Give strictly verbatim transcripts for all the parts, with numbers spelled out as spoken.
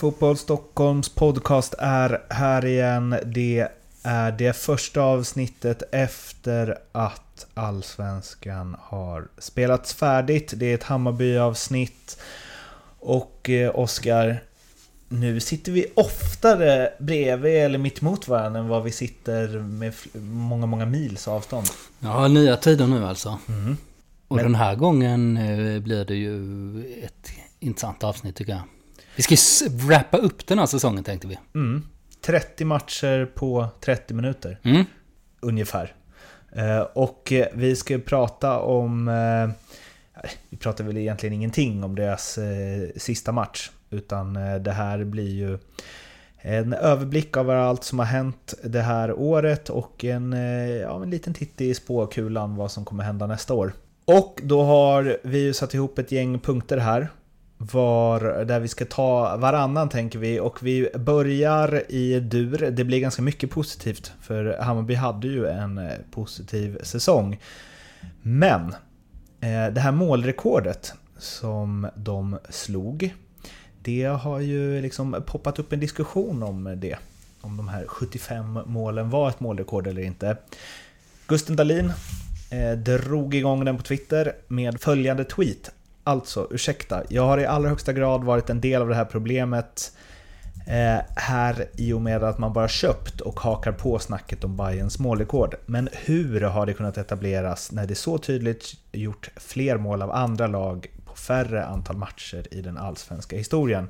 Fotboll Stockholms podcast är här igen. Det är det första avsnittet efter att Allsvenskan har spelats färdigt. Det är ett Hammarby-avsnitt. Och eh, Oskar, nu sitter vi oftare bredvid eller mitt emot varandra än vad vi sitter med många, många mils avstånd. Ja, nya tider nu alltså. Mm. Och Men... den här gången eh, blir det ju ett intressant avsnitt tycker jag. Vi ska wrappa upp den här säsongen tänkte vi. Mm. trettio matcher på trettio minuter. Mm. Ungefär. Eh, och vi ska prata om... Eh, vi pratar väl egentligen ingenting om deras eh, sista match. Utan eh, det här blir ju en överblick av allt som har hänt det här året. Och en, eh, ja, en liten titt i spåkulan vad som kommer hända nästa år. Och då har vi ju satt ihop ett gäng punkter här. Var, där vi ska ta varannan tänker vi. Och vi börjar i dur. Det blir ganska mycket positivt. För Hammarby hade ju en positiv säsong. Men eh, det här målrekordet som de slog, det har ju liksom poppat upp en diskussion om det. Om de här sjuttiofem målen var ett målrekord eller inte. Gusten Dahlin eh, drog igång den på Twitter med följande tweet. Alltså, ursäkta, jag har i allra högsta grad varit en del av det här problemet eh, här i och med att man bara köpt och hakar på snacket om Bayerns målrekord. Men hur har det kunnat etableras när det så tydligt gjort fler mål av andra lag på färre antal matcher i den allsvenska historien?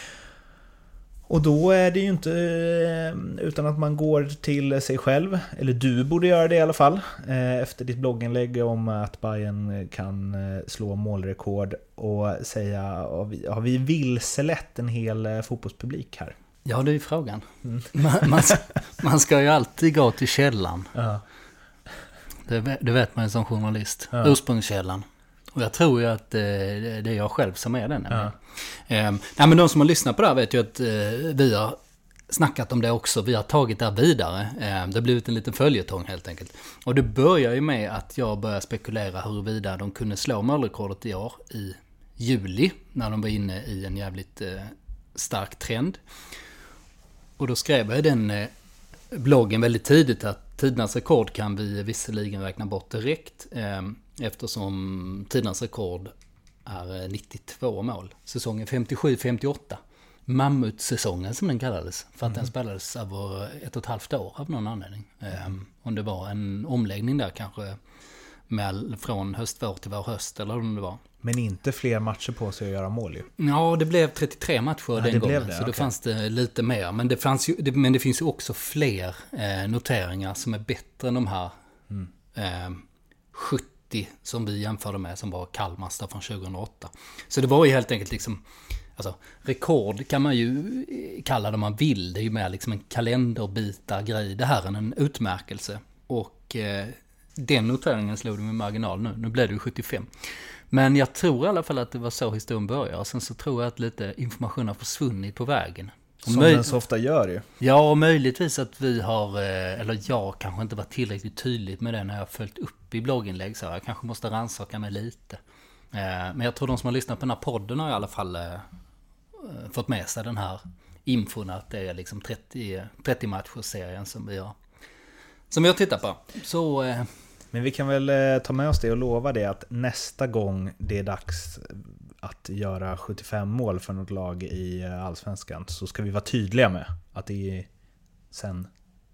Och då är det ju inte utan att man går till sig själv, eller du borde göra det i alla fall, efter ditt blogginlägg om att Bayern kan slå målrekord och säga, har vi vilselett en hel fotbollspublik här? Ja, det är ju frågan. Mm. Man, man, man ska ju alltid gå till källan. Ja. Det, det vet man ju som journalist. Ja. Ursprungskällan. Och jag tror ju att eh, det är jag själv som är den. Ja. Eh, nej, men de som har lyssnat på det här vet ju att eh, vi har snackat om det också. Vi har tagit det här vidare. Eh, det har blivit en liten följetong helt enkelt. Och det börjar ju med att jag börjar spekulera huruvida de kunde slå målrekordet i år i juli. När de var inne i en jävligt eh, stark trend. Och då skrev jag i den eh, bloggen väldigt tidigt att tidernas rekord kan vi visserligen räkna bort direkt. Eh, Eftersom tidens rekord är nittiotvå mål. Säsongen femtiosju femtioåtta. Mammutsäsongen som den kallades. För att mm. den spelades över ett och ett halvt år av någon anledning. Mm. Om det var en omläggning där kanske med, från höstvår till vår höst eller om det var. Men inte fler matcher på sig att göra mål ju. Ja, det blev trettiotre matcher ja, den gången. Det, så okay. Då fanns det lite mer. Men det, fanns ju, det, men det finns ju också fler eh, noteringar som är bättre än de här mm. eh, sjuttio som vi jämförde med som var Kalmar från tjugohundraåtta. Så det var ju helt enkelt liksom, alltså rekord kan man ju kalla det man vill. Det är ju mer liksom en kalenderbita grej. Det här är en utmärkelse. Och eh, den noteringen slog det med marginal nu. Nu blev det ju sjuttiofem. Men jag tror i alla fall att det var så historien började. Och sen så tror jag att lite information har försvunnit på vägen. Som möj- den så ofta gör ju. Ja, och möjligtvis att vi har, eller jag kanske inte var tillräckligt tydligt med det när jag följt upp i blogginlägg. Så jag kanske måste rannsaka mig lite. Men jag tror de som har lyssnat på den här podden har i alla fall fått med sig den här infon att det är liksom trettio, trettio matchers serien som vi har, som vi har tittat på. Så... Men vi kan väl ta med oss det och lova det att nästa gång det är dags att göra sjuttiofem mål för något lag i Allsvenskan så ska vi vara tydliga med att det är sen,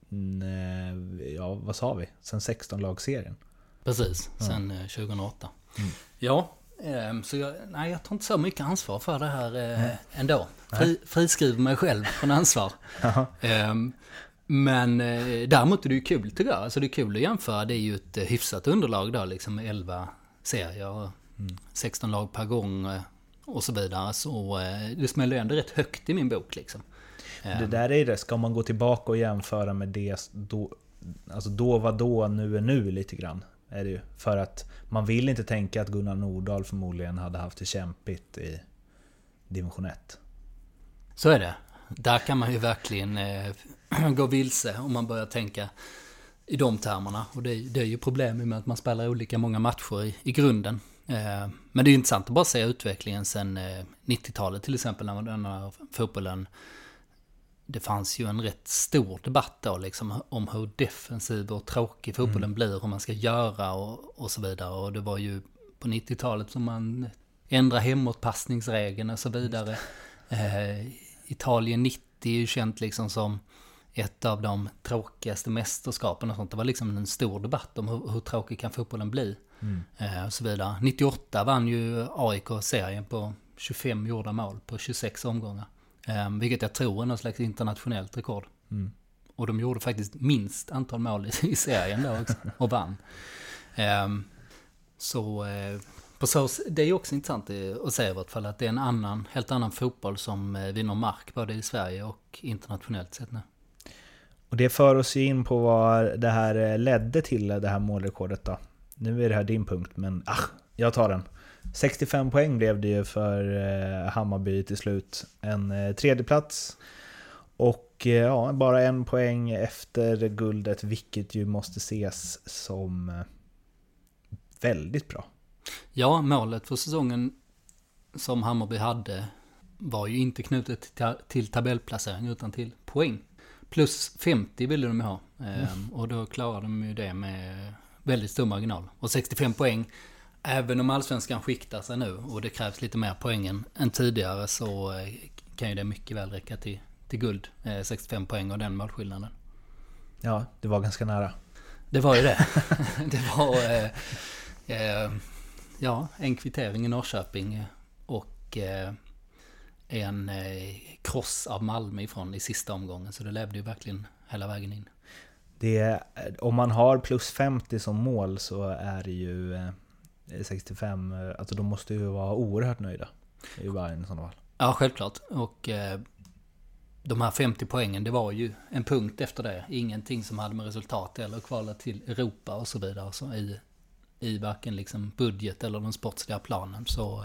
ja vad sa vi, sen sexton-lagserien. Precis, sen ja. tjugohundraåtta. Mm. Ja, så jag, nej, jag tar inte så mycket ansvar för det här mm. ändå. Fri, friskriver mig själv från ansvar. um, Men eh, däremot är det ju kul tycker jag. Alltså det är kul att jämföra. Det är ju ett eh, hyfsat underlag då. Liksom elva serier. Mm. sexton lag per gång. Eh, och så vidare. Så eh, det smäller ju ändå rätt högt i min bok liksom. Det där är det. Ska man gå tillbaka och jämföra med det då, alltså då var då, nu är nu lite grann. Är det ju. För att man vill inte tänka att Gunnar Nordahl förmodligen hade haft det kämpigt i division ett. Så är det. Där kan man ju verkligen eh, gå vilse om man börjar tänka i de termerna. Och det, det är ju problemet med att man spelar olika många matcher i, i grunden. Eh, men det är ju intressant att bara se utvecklingen sedan eh, nittiotalet till exempel, när den här fotbollen, det fanns ju en rätt stor debatt då liksom om hur defensiv och tråkig fotbollen mm. blir, hur man ska göra och, och så vidare. Och det var ju på nittiotalet som man ändrade hemåtpassningsregeln och så vidare. Eh, Italien nittio är ju känt liksom som ett av de tråkigaste mästerskapen och sånt. Det var liksom en stor debatt om hur, hur tråkig kan fotbollen bli. Mm. Eh, och så vidare. nittioåtta vann ju A I K-serien på tjugofem gjorda mål på tjugosex omgångar. Eh, vilket jag tror är någon slags internationellt rekord. Mm. Och de gjorde faktiskt minst antal mål i, i serien då också, och vann. Eh, så eh, på så, det är också intressant att säga i vart fall att det är en annan, helt annan fotboll som eh, vinner mark både i Sverige och internationellt sett nu. Och det för oss ju in på vad det här ledde till, det här målrekordet då. Nu är det här din punkt, men ah, jag tar den. sextiofem poäng blev det ju för eh, Hammarby till slut. En eh, tredje plats. Och eh, ja, bara en poäng efter guldet, vilket ju måste ses som eh, väldigt bra. Ja, målet för säsongen som Hammarby hade var ju inte knutet till, till tabellplacering utan till poäng. Plus femtio ville de ha. Mm. Och då klarade de ju det med väldigt stor marginal. Och sextiofem poäng, även om allsvenskan skiktar sig nu och det krävs lite mer poängen än tidigare, så kan ju det mycket väl räcka till, till guld. sextiofem poäng och den målskillnaden. Ja, det var ganska nära. Det var ju det. Det var eh, eh, ja, en kvittering i Norrköping och eh, en eh, kross av Malmö ifrån i sista omgången. Så det levde ju verkligen hela vägen in. Det är, om man har plus femtio som mål så är det ju eh, sextiofem, alltså de måste ju vara oerhört nöjda i varje sån fall. Ja, självklart. Och eh, de här femtio poängen, det var ju en punkt efter det. Ingenting som hade med resultat eller kvala till Europa och så vidare. Så i, i varken liksom budget eller den sportsliga planen. Så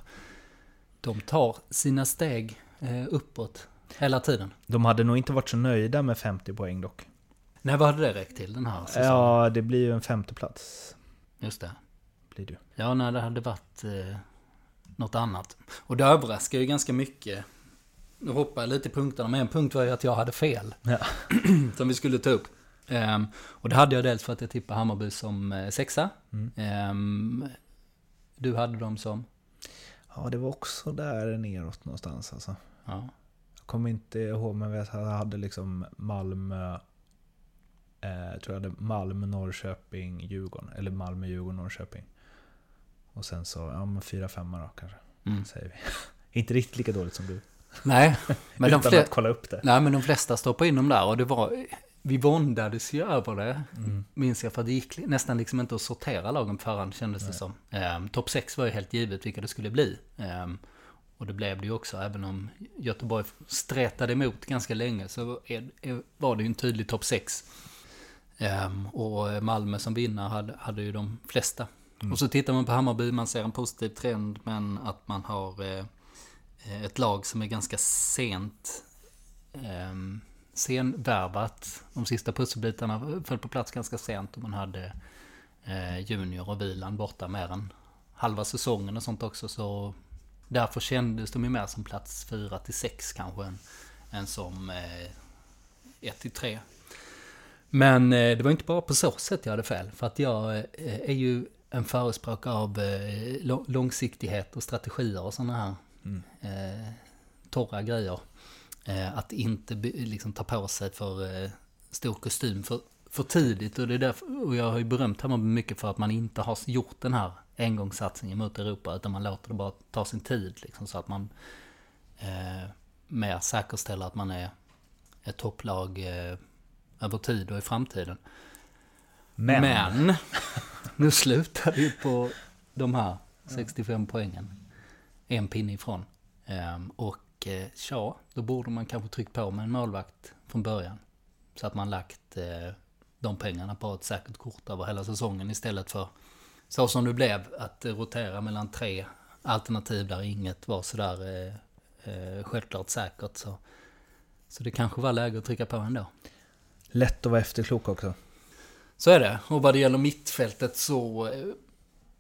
de tar sina steg eh, uppåt hela tiden. De hade nog inte varit så nöjda med femtio poäng dock. Nej, vad hade det räckt till den här säsongen? Ja, det blir ju en femte plats. Just det. Blir det. Ja, nej, det hade varit eh, något annat. Och det överraskar ju ganska mycket. Nu hoppar jag lite i punkterna, men en punkt var ju att jag hade fel. Ja. Som vi skulle ta upp. Um, och det hade jag dels för att jag tippade Hammarby som eh, sexa. Mm. Um, du hade dem som? Ja, det var också där neråt någonstans alltså. Ja. Jag kommer inte ihåg, men jag hade liksom Malmö, eh, tror jag hade Malmö, Norrköping, Djurgården. Eller Malmö, Djurgården, Norrköping. Och sen så, ja men fyra, femma då kanske, mm. säger vi. Inte riktigt lika dåligt som du. Nej, men de, fler, att kolla upp det. Nej, men de flesta stoppade in dem där och det var, vi våndades ju över det, mm. minns jag, för det gick nästan liksom inte att sortera lagen på förhand, kändes det som. Um, Topp sex var ju helt givet vilka det skulle bli. Um, och det blev det ju också, även om Göteborg strätade emot ganska länge, så är, är, var det ju en tydlig topp sex. Um, och Malmö som vinnare hade, hade ju de flesta. Mm. Och så tittar man på Hammarby, man ser en positiv trend, men att man har eh, ett lag som är ganska sent eh, senvärvat. De sista pusselbitarna föll på plats ganska sent och man hade eh, Junior och Vilan borta mer än halva säsongen och sånt också. Så därför kändes de ju mer som plats fyra till sex kanske än, än som eh, ett till tre. Men eh, det var inte bara på så sätt jag hade fel. För att jag eh, är ju en förespråkare av eh, långsiktighet och strategier och sådana här mm. eh, torra grejer. Eh, att inte be, liksom ta på sig för eh, stor kostym för, för tidigt. Och, det är därför, och jag har ju berömt Hammarby mycket för att man inte har gjort den här engångssatsningen mot Europa, utan man låter det bara ta sin tid. Liksom, så att man eh, mer säkerställer att man är ett topplag eh, över tid och i framtiden. Men, Men nu slutar det ju på de här sextiofem poängen. En pinne ifrån. Um, och eh, ja, då borde man kanske tryckt på med en målvakt från början. Så att man lagt eh, de pengarna på ett säkert kort över hela säsongen istället för så som det blev att rotera mellan tre alternativ där inget var sådär eh, eh, självklart säkert. Så, så det kanske var läge att trycka på ändå. Lätt att vara efterklok också. Så är det. Och vad det gäller mittfältet så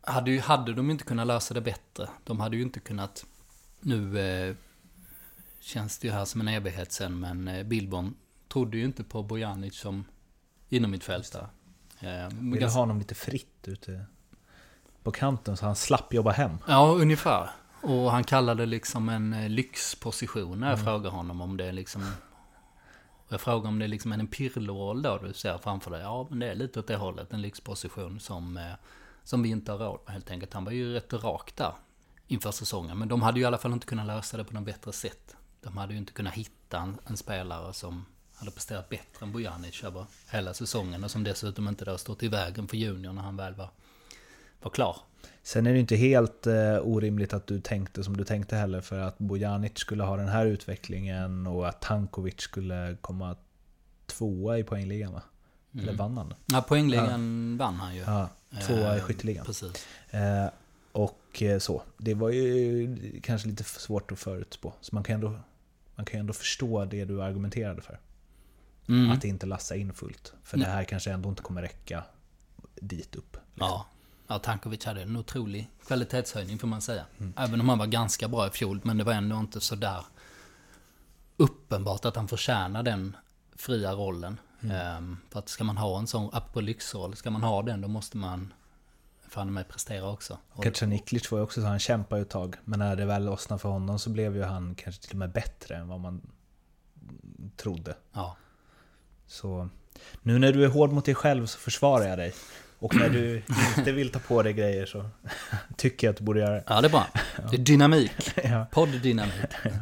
hade, ju, hade de inte kunnat lösa det bättre. De hade ju inte kunnat... Nu eh, känns det ju här som en evighet sen, men eh, Billborn trodde ju inte på Bojanic som inomhittfältare. Eh, Ville ganska... ha honom lite fritt ute på kanten så han slapp jobba hem. Ja, ungefär. Och han kallade det liksom en eh, lyxposition när jag mm. frågar honom om det är liksom... Jag frågar om det är liksom en Pirlo-roll då du ser framför dig. Ja, men det är lite åt det hållet. En lyxposition som, eh, som vi inte har råd med helt enkelt. Han var ju rätt rak där inför säsongen. Men de hade ju i alla fall inte kunnat lösa det på något bättre sätt. De hade ju inte kunnat hitta en, en spelare som hade presterat bättre än Bojanic över hela säsongen. Och som dessutom inte då stått i vägen för Junior när han väl var, var klar. Sen är det inte helt eh, orimligt att du tänkte som du tänkte heller, för att Bojanic skulle ha den här utvecklingen och att Tankovic skulle komma tvåa i poängligan, va? Mm. Eller vann han? Ja, poängligan ja. vann han ju. Ja, tvåa i skytteligan. Eh, precis. Eh, och så. Det var ju kanske lite svårt att förutspå. Så man kan ändå, man kan ändå förstå det du argumenterade för. Mm. Att inte lassa in fullt. För Nej. det här kanske ändå inte kommer räcka dit upp. Liksom. Ja. Ja, Tankovic hade en otrolig kvalitetshöjning får man säga. Mm. Även om han var ganska bra i fjol, men det var ändå inte så där uppenbart att han förtjänar den fria rollen. Mm. Um, för att ska man ha en sån upp på lyxroll, ska man ha den, då måste man fan med prestera också. Kacaniklic var ju också så, han kämpade ju ett tag, men när det väl lossnade för honom så blev ju han kanske till och med bättre än vad man trodde. Ja. Så nu när du är hård mot dig själv så försvarar jag dig. Och när du inte vill ta på dig grejer så tycker jag att du borde göra det. Ja, det är bra. Det är dynamik. Ja. Podddynamik.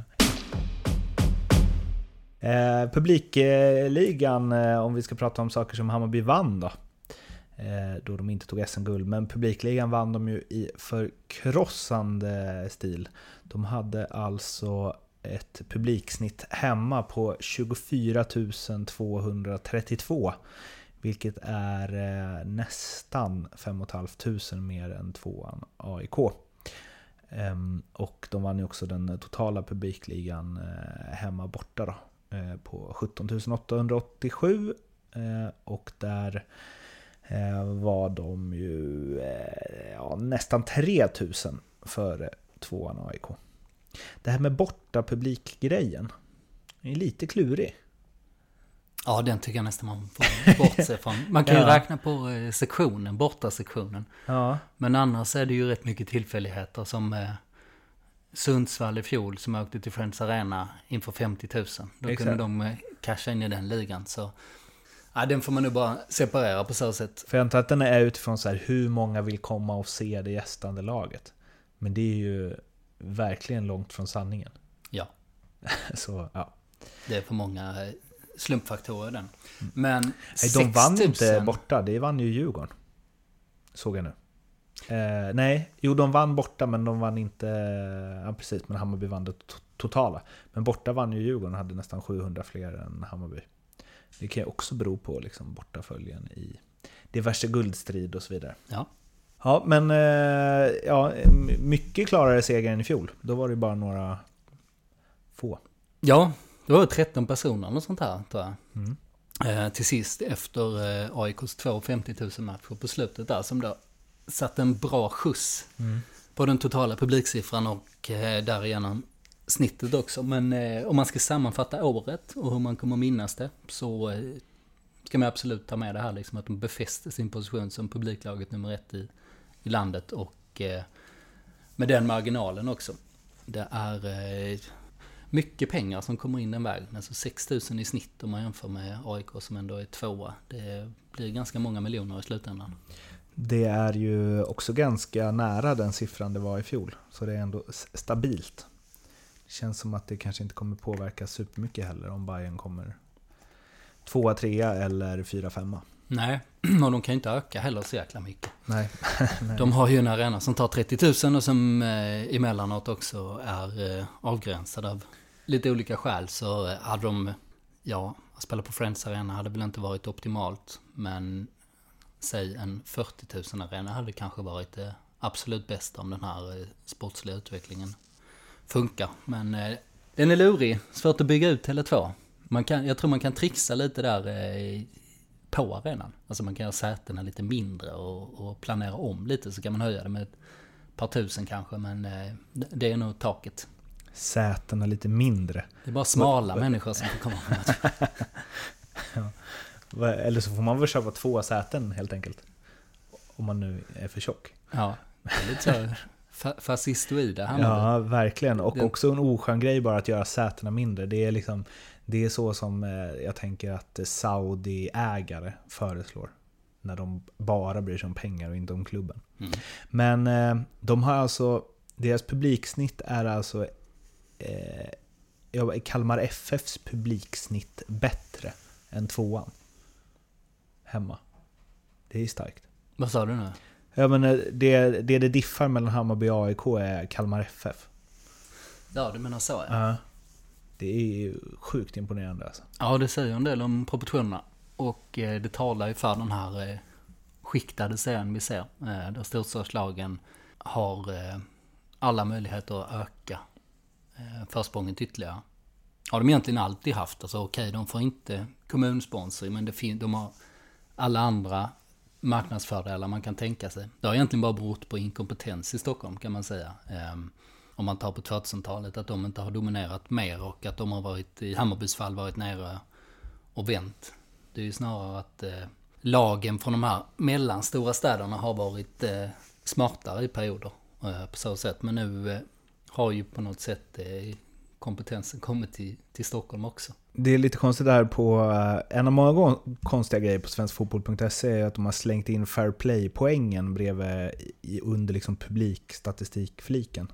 eh, publikligan, eh, om vi ska prata om saker som Hammarby vann då. Eh, då de inte tog S M-guld. Men publikligan vann de ju i förkrossande stil. De hade alltså ett publiksnitt hemma på tjugofyra tusen tvåhundratrettiotvå. Vilket är eh, nästan fem och ett halvt tusen mer än tvåan A I K. Ehm, och de vann ju också den totala publikligan eh, hemma borta då, eh, på sjutton tusen åttahundraåttiosju. Eh, och där eh, var de ju eh, ja, nästan tre tusen före tvåan A I K. Det här med borta publikgrejen är lite klurig. Ja, den tycker jag nästan man får bort sig från. Man kan ju ja. räkna på sektionen, borta sektionen. Ja. Men annars är det ju rätt mycket tillfälligheter som eh, Sundsvall i fjol som åkte till Friends Arena inför femtio tusen. Då Exakt. kunde de eh, casha in i den ligan. Så ja, den får man nu bara separera på så sätt. För jag antar att den är utifrån så här, hur många vill komma och se det gästande laget. Men det är ju verkligen långt från sanningen. Ja. Så ja. Det är för många slumpfaktorer den. Men nej, de vann tusen... inte borta, det vann ju Djurgården. Såg jag nu. Eh, nej, jo de vann borta men de vann inte, ja precis, men Hammarby vann det to- totala. Men borta vann ju Djurgården, hade nästan sjuhundra fler än Hammarby. Det kan ju också bero på liksom bortaföljen i diverse guldstrid och så vidare. Ja. Ja, men eh, ja, mycket klarare seger än i fjol. Då var det bara några få. Ja, det var tretton personer och sånt här, tror jag. Mm. Eh, till sist efter eh, A I K:s tvåhundrafemtio tusen matcher på slutet där, som då satt en bra skjuts mm. på den totala publiksiffran och eh, därigenom snittet också. Men eh, om man ska sammanfatta året och hur man kommer minnas det, så eh, ska man absolut ta med det här liksom, att de befäste sin position som publiklaget nummer ett i, i landet, och eh, med den marginalen också. Det är eh, mycket pengar som kommer in den vägen. Alltså sex tusen i snitt om man jämför med A I K som ändå är tvåa. Det blir ganska många miljoner i slutändan. Det är ju också ganska nära den siffran det var i fjol. Så det är ändå stabilt. Det känns som att det kanske inte kommer påverka supermycket heller om Bayern kommer tvåa, trea eller fyra, femma. Nej, och de kan inte öka heller så jäkla mycket. Nej. Nej. De har ju en arena som tar trettio tusen och som eh, emellanåt också är eh, avgränsad av lite olika skäl. Så eh, hade de, ja, att spela på Friends Arena hade väl inte varit optimalt. Men säg en fyrtio tusen arena hade kanske varit det absolut bästa om den här eh, sportsliga utvecklingen funkar. Men eh, den är lurig, svårt att bygga ut till två. Man kan, jag tror man kan trixa lite där eh, på arenan. Alltså man kan göra sätena lite mindre och, och planera om lite, så kan man höja det med ett par tusen kanske, men eh, det är nog taket. Sätena lite mindre. Det är bara smala Va- människor som får komma med. Ja. Eller så får man väl köpa två säten helt enkelt. Om man nu är för tjock. Ja, det är lite så fa- fascistoida Hammarby. Ja, verkligen. Och det... också en oskön grej bara att göra sätena mindre. Det är liksom, det är så som jag tänker att Saudi-ägare föreslår. När de bara bryr sig om pengar och inte om klubben. Mm. Men de har alltså, deras publiksnitt är alltså eh, Kalmar F F:s publiksnitt bättre än tvåan. Hemma. Det är starkt. Vad sa du nu? Ja, men det, det det diffar mellan Hammarby och A I K är Kalmar F F. Ja, du menar så, ja. Ja. Det är sjukt imponerande alltså. Ja, det säger en del om proportionerna. Och eh, det talar ju för den här eh, skiktade serien vi ser. Eh, där storstadslagen har eh, alla möjligheter att öka eh, försprånget ytterligare. Har de egentligen alltid haft. Alltså okej, okay, de får inte kommunsponsor, men det fin- de har alla andra marknadsfördelar man kan tänka sig. Det har egentligen bara berott på inkompetens i Stockholm, kan man säga. Um, om man tar på tvåtusentalet, att de inte har dominerat mer och att de har varit, i Hammarbys fall, varit nere och vänt. Det är ju snarare att uh, lagen från de här mellanstora städerna har varit uh, smartare i perioder uh, på så sätt. Men nu uh, har ju på något sätt uh, kompetensen kommit till, till Stockholm också. Det är lite konstigt där på, en av många konstiga grejer på svenskfotboll punkt se är att de har slängt in fair play-poängen bredvid i, under liksom publikstatistikfliken.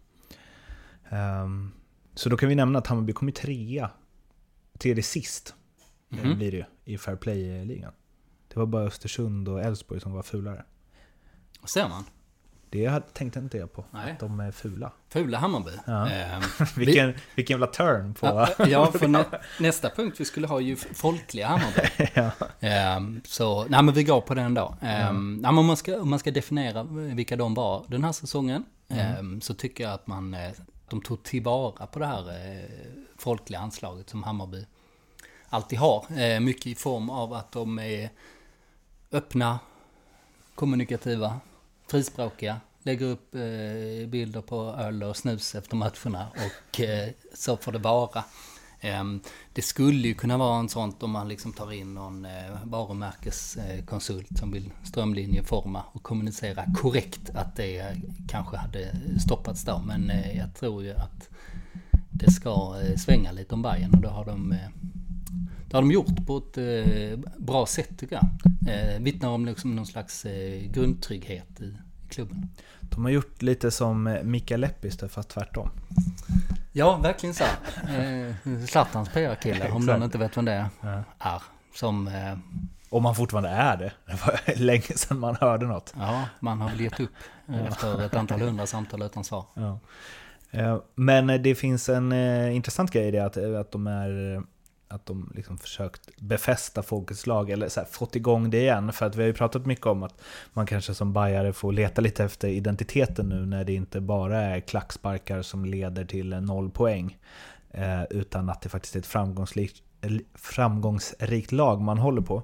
Um, så då kan vi nämna att Hammarby kommer trea, tredje sist mm-hmm. blir det i fair play-ligan. Det var bara Östersund och Elfsborg som var fulare. Och ser man? Det tänkte inte jag på. Nej. Att de är fula. Fula Hammarby. Ja. Eh, vilken, vi... vilken jävla turn på... Ja, ja, för nä, nästa punkt vi skulle ha ju folkliga Hammarby. Ja. Eh, så, nej men vi går på den då. Eh, ja. nej, men om, man ska, om man ska definiera vilka de var den här säsongen, mm. eh, så tycker jag att man eh, de tog tillvara på det här eh, folkliga anslaget som Hammarby alltid har. Eh, mycket i form av att de är öppna, kommunikativa, frispråkiga, lägger upp eh, bilder på öl och snus efter matcherna och eh, så får det vara. Eh, det skulle ju kunna vara en sånt om man liksom tar in någon eh, varumärkeskonsult eh, som vill strömlinjeforma och kommunicera korrekt att det eh, kanske hade stoppats där. Men eh, jag tror ju att det ska eh, svänga lite om Bayern och då har de eh, det har de gjort på ett eh, bra sätt tycker jag. Eh, vittnar om liksom någon slags eh, grundtrygghet i klubben. De har gjort lite som Mikael Leppis, fast tvärtom. Ja, verkligen så. Eh, Zlatans P R-kille, om någon inte vet vem det ja. är. Som, eh, om man fortfarande är det. Det var länge sedan man hörde något. Ja, man har väl gett upp eh, efter ett antal hundra samtal utan svar. Ja. Eh, men det finns en eh, intressant grej i det att, att de är... att de liksom försökt befästa folkets lag eller så här, fått igång det igen, för att vi har ju pratat mycket om att man kanske som bajare får leta lite efter identiteten nu när det inte bara är klacksparkar som leder till noll poäng eh, utan att det faktiskt är ett framgångsrikt, framgångsrikt lag man håller på.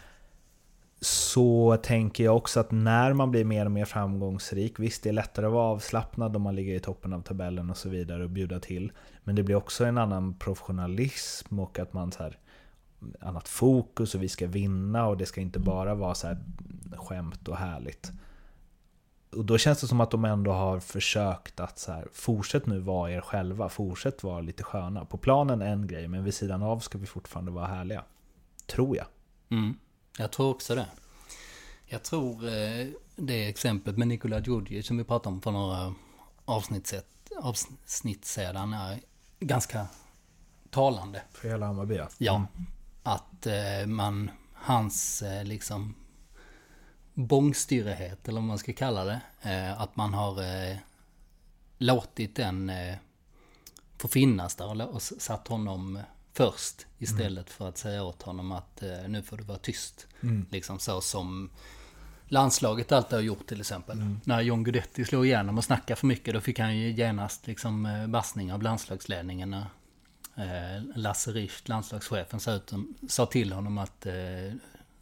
Så tänker jag också att när man blir mer och mer framgångsrik, visst det är lättare att vara avslappnad om man ligger i toppen av tabellen och så vidare och bjuda till, men det blir också en annan professionalism och att man så här, annat fokus och vi ska vinna och det ska inte bara vara så här skämt och härligt. Och då känns det som att de ändå har försökt att så här, fortsätt nu vara er själva, fortsätt vara lite sköna. På planen en grej, men vid sidan av ska vi fortfarande vara härliga. Tror jag. Mm. Jag tror också det. Jag tror eh, det exemplet med Nikola Djurdjic som vi pratade om för några avsnitt, avsnitt sedan är ganska talande. För hela Hammarby, ja. Ja, mm. att eh, man, hans eh, liksom bångstyrighet, eller vad man ska kalla det, eh, att man har eh, låtit den eh, få finnas där och, och satt honom först istället mm. för att säga åt honom att eh, nu får du vara tyst. Mm. Liksom så som landslaget alltid har gjort till exempel. Mm. När John Guidetti slog igenom och snackade för mycket, då fick han ju genast liksom eh, bassning av landslagsledningen när eh, Lasse Richt, landslagschefen, sa, ut, sa till honom att eh,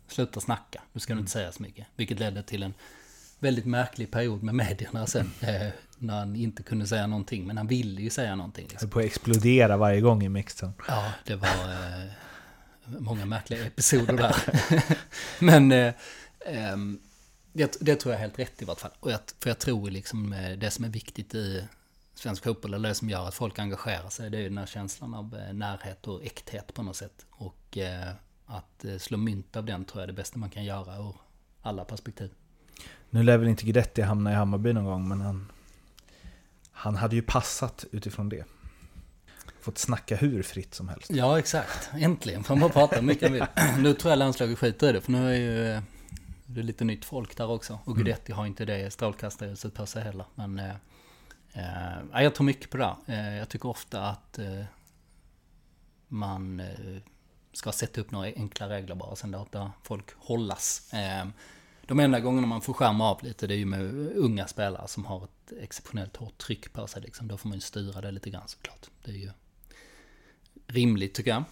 sluta snacka, du ska mm. inte säga så mycket. Vilket ledde till en väldigt märklig period med medierna sen, eh, när han inte kunde säga någonting, men han ville ju säga någonting. Liksom. Det på att explodera varje gång i mixen. Ja, det var eh, många märkliga episoder där. Men eh, eh, det, det tror jag är helt rätt i vart fall. Och jag, för jag tror liksom eh, det som är viktigt i svensk fotboll, eller det som gör att folk engagerar sig, det är ju den här känslan av eh, närhet och äkthet på något sätt. Och eh, att eh, slå mynt av den tror jag är det bästa man kan göra ur alla perspektiv. Nu lär väl inte Guidetti hamna i Hammarby någon gång, men han, han hade ju passat utifrån det. Fått snacka hur fritt som helst. Ja, exakt. Äntligen får man prata mycket om det. Nu tror jag landslaget skiter i det, för nu är ju det är lite nytt folk där också. Och Guidetti mm. har inte det strålkastarljuset på sig heller. Men eh, eh, jag tror mycket på det. Eh, jag tycker ofta att eh, man eh, ska sätta upp några enkla regler bara, sen låta folk hållas. Eh, De enda gångerna man får skärma av lite, det är ju med unga spelare som har ett exceptionellt hårt tryck på sig. Liksom. Då får man ju styra det lite grann såklart. Det är ju rimligt tycker jag.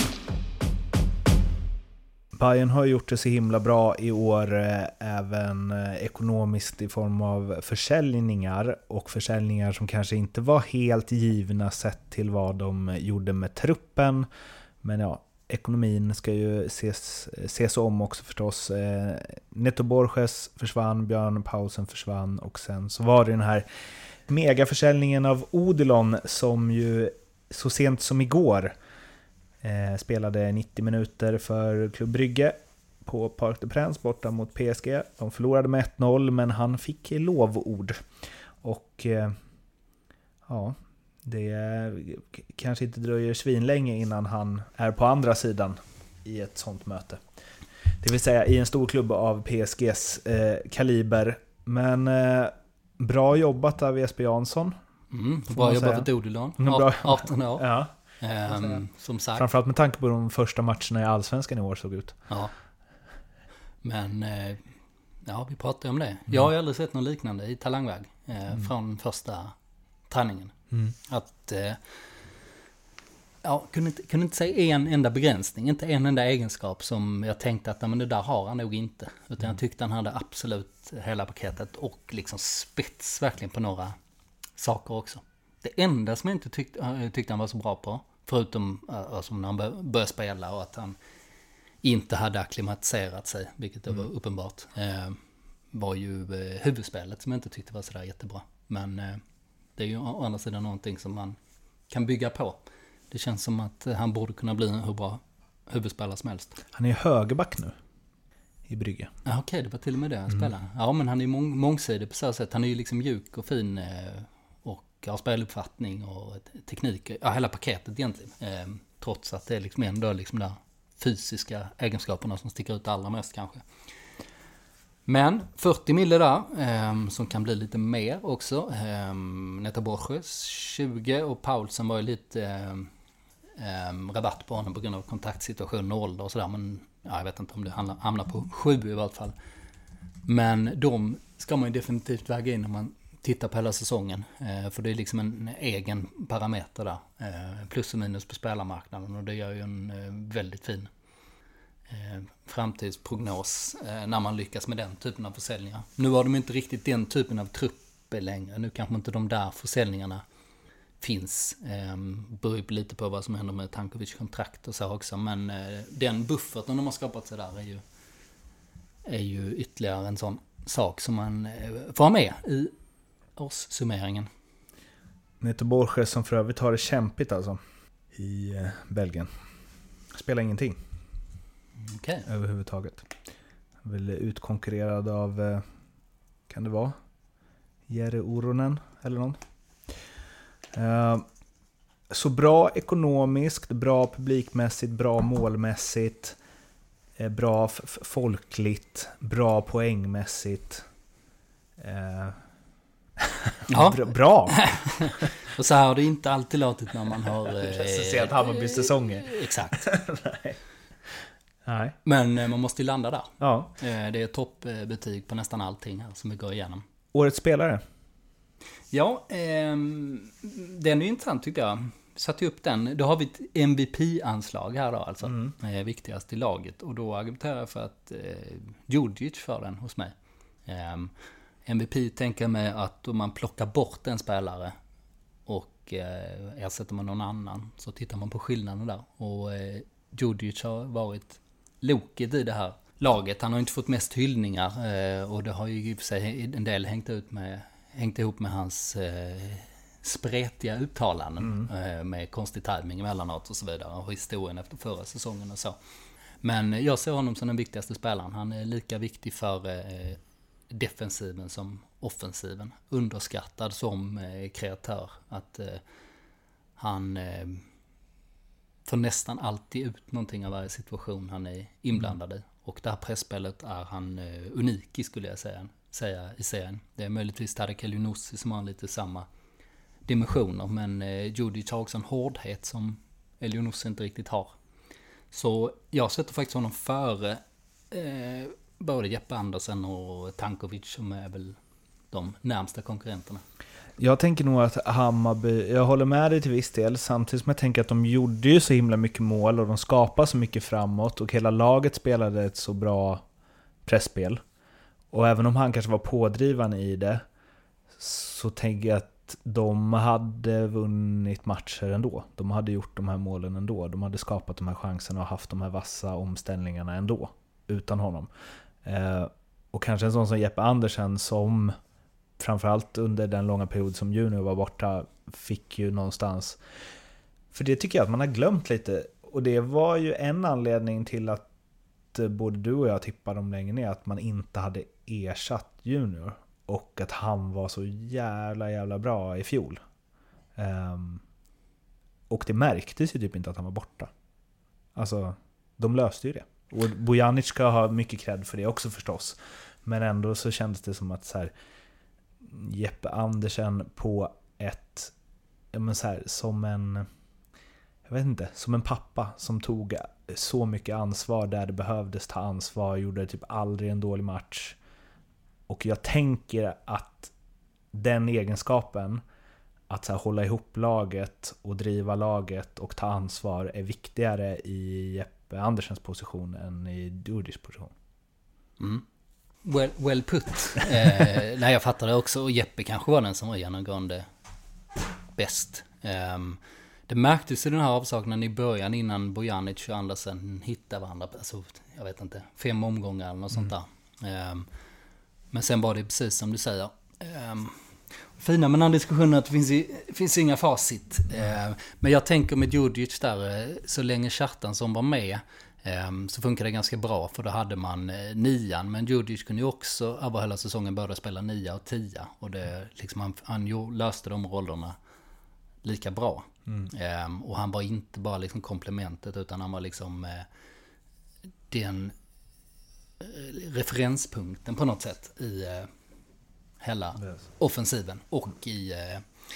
Bayern har gjort det så himla bra i år, eh, även eh, ekonomiskt i form av försäljningar. Och försäljningar som kanske inte var helt givna sett till vad de gjorde med truppen. Men ja, ekonomin ska ju ses, ses om också förstås. Eh, Neto Borges försvann, Björn Paulsen försvann och sen så var det den här megaförsäljningen av Odilon som ju så sent som igår eh, spelade nittio minuter för Club Brygge på Parc des Princes borta mot P S G. De förlorade med ett noll, men han fick lovord. Och eh, ja... Det kanske inte dröjer svinlänge innan han är på andra sidan i ett sånt möte. Det vill säga i en stor klubb av P S G:s eh, kaliber. Men eh, bra jobbat av Jesper Jansson. Mm, bra jobbat för Odilon. arton år. Ja. Um, som sagt. Framförallt med tanke på de första matcherna i Allsvenskan i år såg ut. Ja. Men eh, ja, vi pratade om det. Mm. Jag har ju aldrig sett något liknande i talangväg eh, mm. från första träningen. Mm. Att eh, ja, kunde inte, kunde inte säga en enda begränsning, inte en enda egenskap som jag tänkte att men det där har han nog inte, utan mm. jag tyckte han hade absolut hela paketet och liksom spets verkligen på några saker också. Det enda som jag inte tyckte, tyckte han var så bra på, förutom alltså när han började spela och att han inte hade akklimatiserat sig, vilket det var mm. uppenbart, eh, var ju eh, huvudspelet som jag inte tyckte var sådär jättebra. Men eh, det är ju å andra sidan någonting som man kan bygga på. Det känns som att han borde kunna bli en hur bra huvudspelare som helst. Han är högerback nu i Brygge. Ja, okej, okay, det var till och med det han mm. spelade. Ja, men han är mång- mångsidig på så sätt. Han är ju liksom mjuk och fin och har speluppfattning och teknik. Ja, hela paketet egentligen. Trots att det är liksom ändå liksom de fysiska egenskaperna som sticker ut allra mest kanske. Men fyrtio mille där, eh, som kan bli lite mer också. Eh, Neto Borges tjugo och Paulsen var ju lite eh, eh, rabatt på honom på grund av kontaktsituation och ålder och sådär. Men ja, jag vet inte om det hamnar på sju i vart fall. Men de ska man ju definitivt väga in när man tittar på hela säsongen. Eh, för det är liksom en egen parameter där. Eh, plus och minus på spelarmarknaden och det gör ju en eh, väldigt fin Eh, framtidsprognos eh, när man lyckas med den typen av försäljningar. Nu har de inte riktigt den typen av trupper längre. Nu kanske inte de där försäljningarna finns. Eh, beror lite på vad som händer med Tankovic kontrakt och så också. Men eh, den bufferten de har skapat sig där är ju, är ju ytterligare en sån sak som man eh, får ha med i årssummeringen. Neto Borges som för övrigt har det kämpigt alltså i eh, Belgien. Spelar ingenting. Okay. Överhuvudtaget. Väl utkonkurrerad av, kan det vara Jere Oronen eller någon. Så bra ekonomiskt, bra publikmässigt, bra målmässigt, bra f- folkligt, bra poängmässigt. Ja. Bra! Och så här har det inte alltid låtit när man har sett Hammarbys säsonger. Exakt. Nej. Nej. Men man måste ju landa där. Ja. Det är toppbetyg på nästan allting här som vi går igenom. Årets spelare? Ja, eh, den är ju intressant tyckte jag. satte upp den. Då har vi ett M V P-anslag här då alltså. Mm. Eh, viktigast i laget. Och då argumenterar jag för att eh, Djurdjic för den hos mig. Eh, M V P tänker med att om man plockar bort en spelare och eh, ersätter man någon annan så tittar man på skillnaden där. Och eh, Djurdjic har varit loket i det här laget. Han har inte fått mest hyllningar eh, och det har ju i och för sig en del hängt, ut med, hängt ihop med hans eh, spretiga uttalanden mm. eh, med konstig timing emellanåt och så vidare och historien efter förra säsongen och så. Men jag ser honom som den viktigaste spelaren. Han är lika viktig för eh, defensiven som offensiven. Underskattad som eh, kreatör. Att eh, han eh, får nästan alltid ut någonting av varje situation han är inblandad i. Och det här pressspelet är han eh, unik i, skulle jag säga, säga i serien. Det är möjligtvis Tarek El-Younousi som har lite samma dimensioner. Men eh, Djurdjic har också en hårdhet som El-Younousi inte riktigt har. Så jag sätter faktiskt honom före eh, både Jeppe Andersen och Tankovic som är väl de närmsta konkurrenterna. Jag tänker nog att Hammarby, jag håller med dig till viss del, samtidigt som jag tänker att de gjorde ju så himla mycket mål och de skapade så mycket framåt och hela laget spelade ett så bra pressspel. Och även om han kanske var pådrivande i det så tänker jag att de hade vunnit matcher ändå. De hade gjort de här målen ändå. De hade skapat de här chanserna och haft de här vassa omställningarna ändå utan honom. Eh, och kanske en sån som Jeppe Andersen som framförallt under den långa period som Junior var borta fick ju någonstans, för det tycker jag att man har glömt lite, och det var ju en anledning till att både du och jag tippade dem längre ner, att man inte hade ersatt Junior och att han var så jävla jävla bra i fjol. Um, och det märktes ju typ inte att han var borta. Alltså, de löste ju det. Och Bojanic ska ha mycket cred för det också förstås. Men ändå så kändes det som att så här, Jeppe Andersen på ett, men så här, som en, jag vet inte, som en pappa som tog så mycket ansvar där det behövdes ta ansvar, gjorde typ aldrig en dålig match. Och jag tänker att den egenskapen, att så här, hålla ihop laget och driva laget och ta ansvar, är viktigare i Jeppe Andersens position än i Djurdjics position. Mm. Well, well put. eh, nej, jag fattar det också. Och Jeppe kanske var den som var genomgående bäst. Eh, det märktes i den här avsaknaden i början innan Bojanic och Andersen hittade varandra. Alltså, jag vet inte, fem omgångar eller något mm. sånt där. Eh, men sen var det precis som du säger. Eh, fina med den här diskussionen att det finns, i, finns inga facit. Eh, men jag tänker med Djurdjic där, så länge Kjartan som var med, så funkar det ganska bra, för då hade man nian, men Djurdjic kunde ju också över hela säsongen börja spela nia och tia, och det, liksom, han, han löste de rollerna lika bra. Mm. Um, och han var inte bara liksom komplementet, utan han var liksom uh, den uh, referenspunkten på något sätt i uh, hela yes. offensiven och i uh,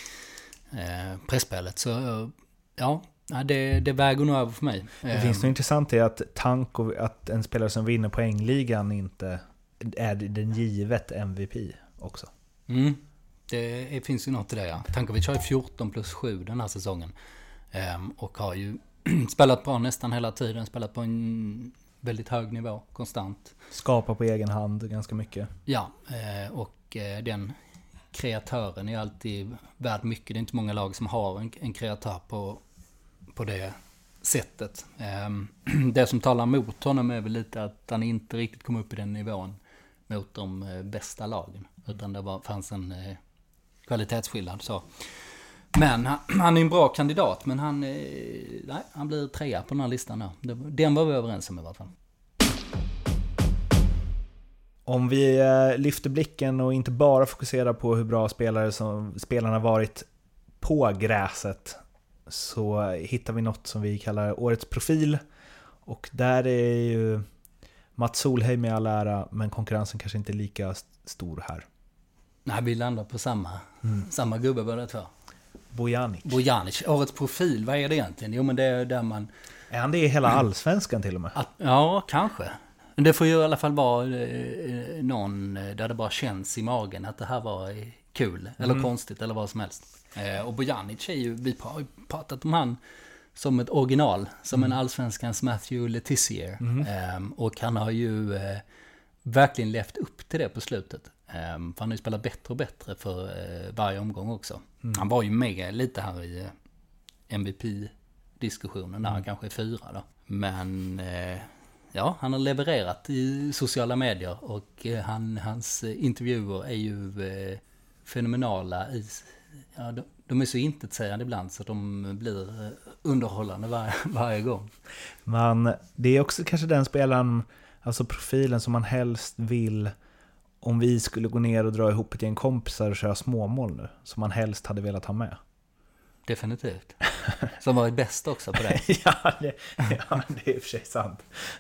uh, pressspelet. Så uh, ja, det, det väger nog över för mig. Det finns något intressant i att Tanko, att en spelare som vinner poängligan inte är den givet M V P också. Mm. Det finns ju något i det, ja. Tankovic har ju fjorton plus sju den här säsongen. Ehm, och har ju spelat bra nästan hela tiden. Spelat på en väldigt hög nivå, konstant. Skapar på egen hand ganska mycket. Ja, och den kreatören är alltid värd mycket. Det är inte många lag som har en, en kreatör på, på det sättet. Ehm, det som talar mot honom är väl lite att han inte riktigt kom upp i den nivån mot de bästa lagen. Utan det var, fanns en eh, kvalitetsskillnad. Så. Men han, han är en bra kandidat. Men han, eh, nej, han blir trea på den här listan nu. Den var vi överens om i alla fall. Om vi eh, lyfter blicken och inte bara fokuserar på hur bra spelare som spelarna varit på gräset, så hittar vi något som vi kallar årets profil. Och där är ju Mats Solheim i all ära, men konkurrensen kanske inte är lika stor här. Nej, vi landar på samma, mm. samma gubbe båda två. Bojanic. Bojanic, årets profil, vad är det egentligen? Jo, men det är där man... Är han det i hela allsvenskan till och med? Att, ja, kanske. Men det får ju i alla fall vara eh, någon där det bara känns i magen att det här var kul eller mm. konstigt eller vad som helst. Eh, och Bojanic är ju, vi har ju pratat om han som ett original, som mm. en allsvenskans Matthew Letizier. Mm. Eh, och han har ju eh, verkligen levt upp till det på slutet. Eh, för han har ju spelat bättre och bättre för eh, varje omgång också. Mm. Han var ju med lite här i eh, M V P-diskussionen när mm. han kanske är fyra då. Men eh, ja, han har levererat i sociala medier och eh, han, hans intervjuer är ju eh, fenomenala. I, ja, de, de är så intetsägande ibland så de blir underhållande var, varje gång. Men det är också kanske den spelaren, alltså profilen som man helst vill, om vi skulle gå ner och dra ihop ett gäng kompisar och köra småmål nu, som man helst hade velat ha med. Definitivt. Som varit bäst också på det. ja, det ja, det är i och för sig sant.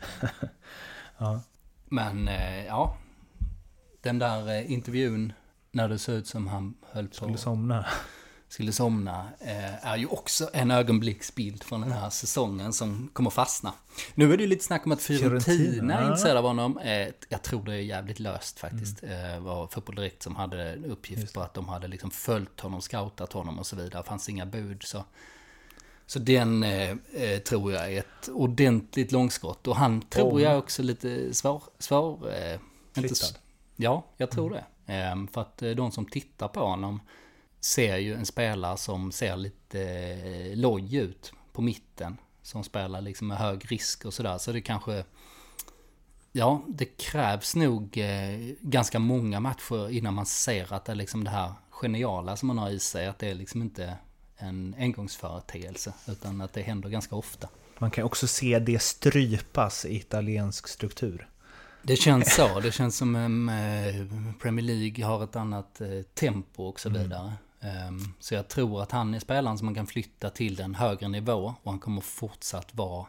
ja. Men ja, den där intervjun när det såg ut som han höll på skulle somna. Skulle somna är ju också en ögonblicksbild från den här säsongen som kommer fastna. Nu är det ju lite snack om att Fiorentina är intresserade av honom. Jag tror det är jävligt löst faktiskt. Det var Fotboll Direkt som hade uppgift Just. på att de hade liksom följt honom, scoutat honom och så vidare. Det fanns inga bud så... Så den eh, tror jag är ett ordentligt långskott. Och han tror oh. jag också lite svår... svår eh, inte, ja, jag tror mm. det. Eh, för att de som tittar på honom ser ju en spelare som ser lite eh, loj ut på mitten. Som spelar liksom med hög risk och sådär. Så det kanske... Ja, det krävs nog eh, ganska många matcher innan man ser att det är liksom det här geniala som man har i sig. Att det är liksom inte... en engångsföreteelse utan att det händer ganska ofta. Man kan också se det strypas i italiensk struktur. Det känns så. Det känns som um, Premier League har ett annat uh, tempo och så vidare. Mm. Um, så jag tror att han är spelaren som man kan flytta till en högre nivå och han kommer fortsatt vara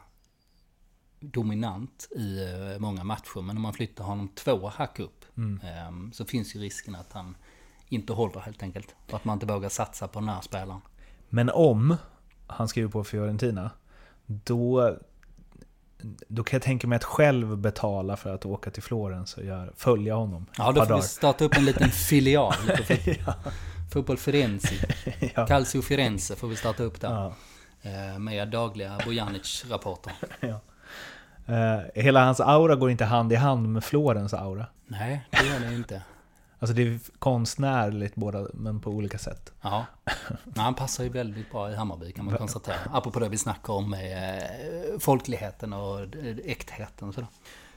dominant i uh, många matcher. Men om man flyttar honom två hack upp mm. um, så finns ju risken att han inte håller helt enkelt. Och att man inte vågar satsa på den här spelaren. Men om han skriver på Fiorentina, då, då kan jag tänka mig att själv betala för att åka till Florens och göra, följa honom. Ja, då får dagar. vi starta upp en liten filial. ja. Fotboll Firenze. ja. Calcio Firenze får vi starta upp där. Ja. Med dagliga Bojanic-rapporter. ja. Hela hans aura går inte hand i hand med Florens aura. Nej, det gör det inte. Alltså det är konstnärligt båda, men på olika sätt. Ja, men han passar ju väldigt bra i Hammarby kan man konstatera. Apropå det vi snackar om med folkligheten och äktheten och sådär.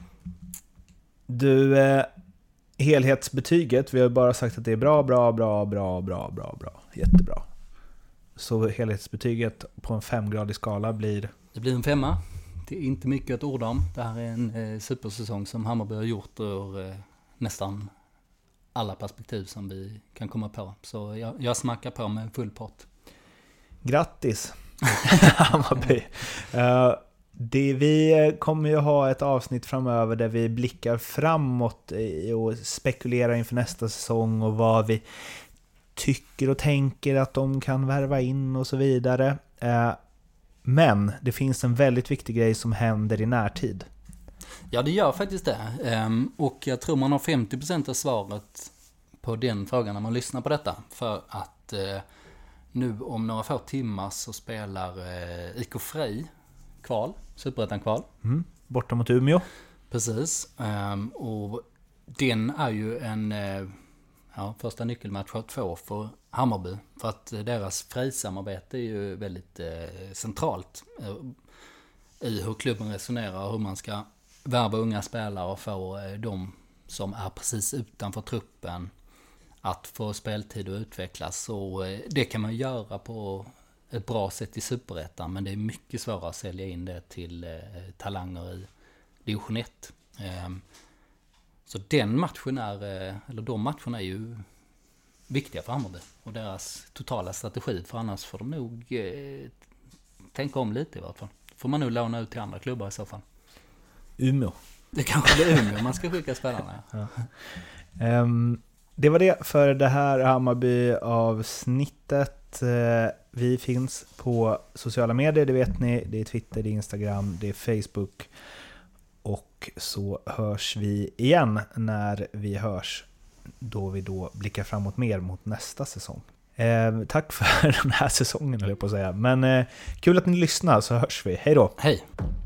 Du, eh, helhetsbetyget, vi har ju bara sagt att det är bra, bra, bra, bra, bra, bra, bra. Jättebra. Så helhetsbetyget på en femgradig skala blir... Det blir en femma. Det är inte mycket att orda om. Det här är en eh, supersäsong som Hammarby har gjort ur eh, nästan... alla perspektiv som vi kan komma på. Så jag, jag smackar på med full pott. Grattis Hammarby. uh, det, vi kommer ju ha ett avsnitt framöver där vi blickar framåt och spekulerar inför nästa säsong och vad vi tycker och tänker att de kan värva in och så vidare. Uh, men det finns en väldigt viktig grej som händer i närtid. Ja, det gör faktiskt det. Och jag tror man har femtio procent av svaret på den frågan när man lyssnar på detta. För att nu om några få timmar så spelar I K Frej kval, Superettan-kval. Mm, borta mot Umeå. Precis. Och den är ju en ja, första nyckelmatch av två för Hammarby. För att deras Frej-samarbete är ju väldigt centralt i hur klubben resonerar och hur man ska värva unga spelare och få de som är precis utanför truppen att få speltid och utvecklas. Så det kan man göra på ett bra sätt i Superettan, men det är mycket svårare att sälja in det till eh, talanger i division ett. Eh, så den matchen är, eller de matcherna är ju viktiga för Hammarby och deras totala strategi, för annars får de nog eh, tänka om lite i vart fall. Får man nog låna ut till andra klubbar i så fall. Umeå. Det kanske blir Umeå man ska skicka spelarna. Ja. Um, det var det för det här Hammarby-avsnittet. Uh, vi finns på sociala medier, det vet ni. Det är Twitter, det är Instagram, det är Facebook. Och så hörs vi igen när vi hörs då vi då blickar framåt mer mot nästa säsong. Eh, tack för den här säsongen, höll jag på att säga. Men eh, kul att ni lyssnar, så hörs vi. Hej då! Hej!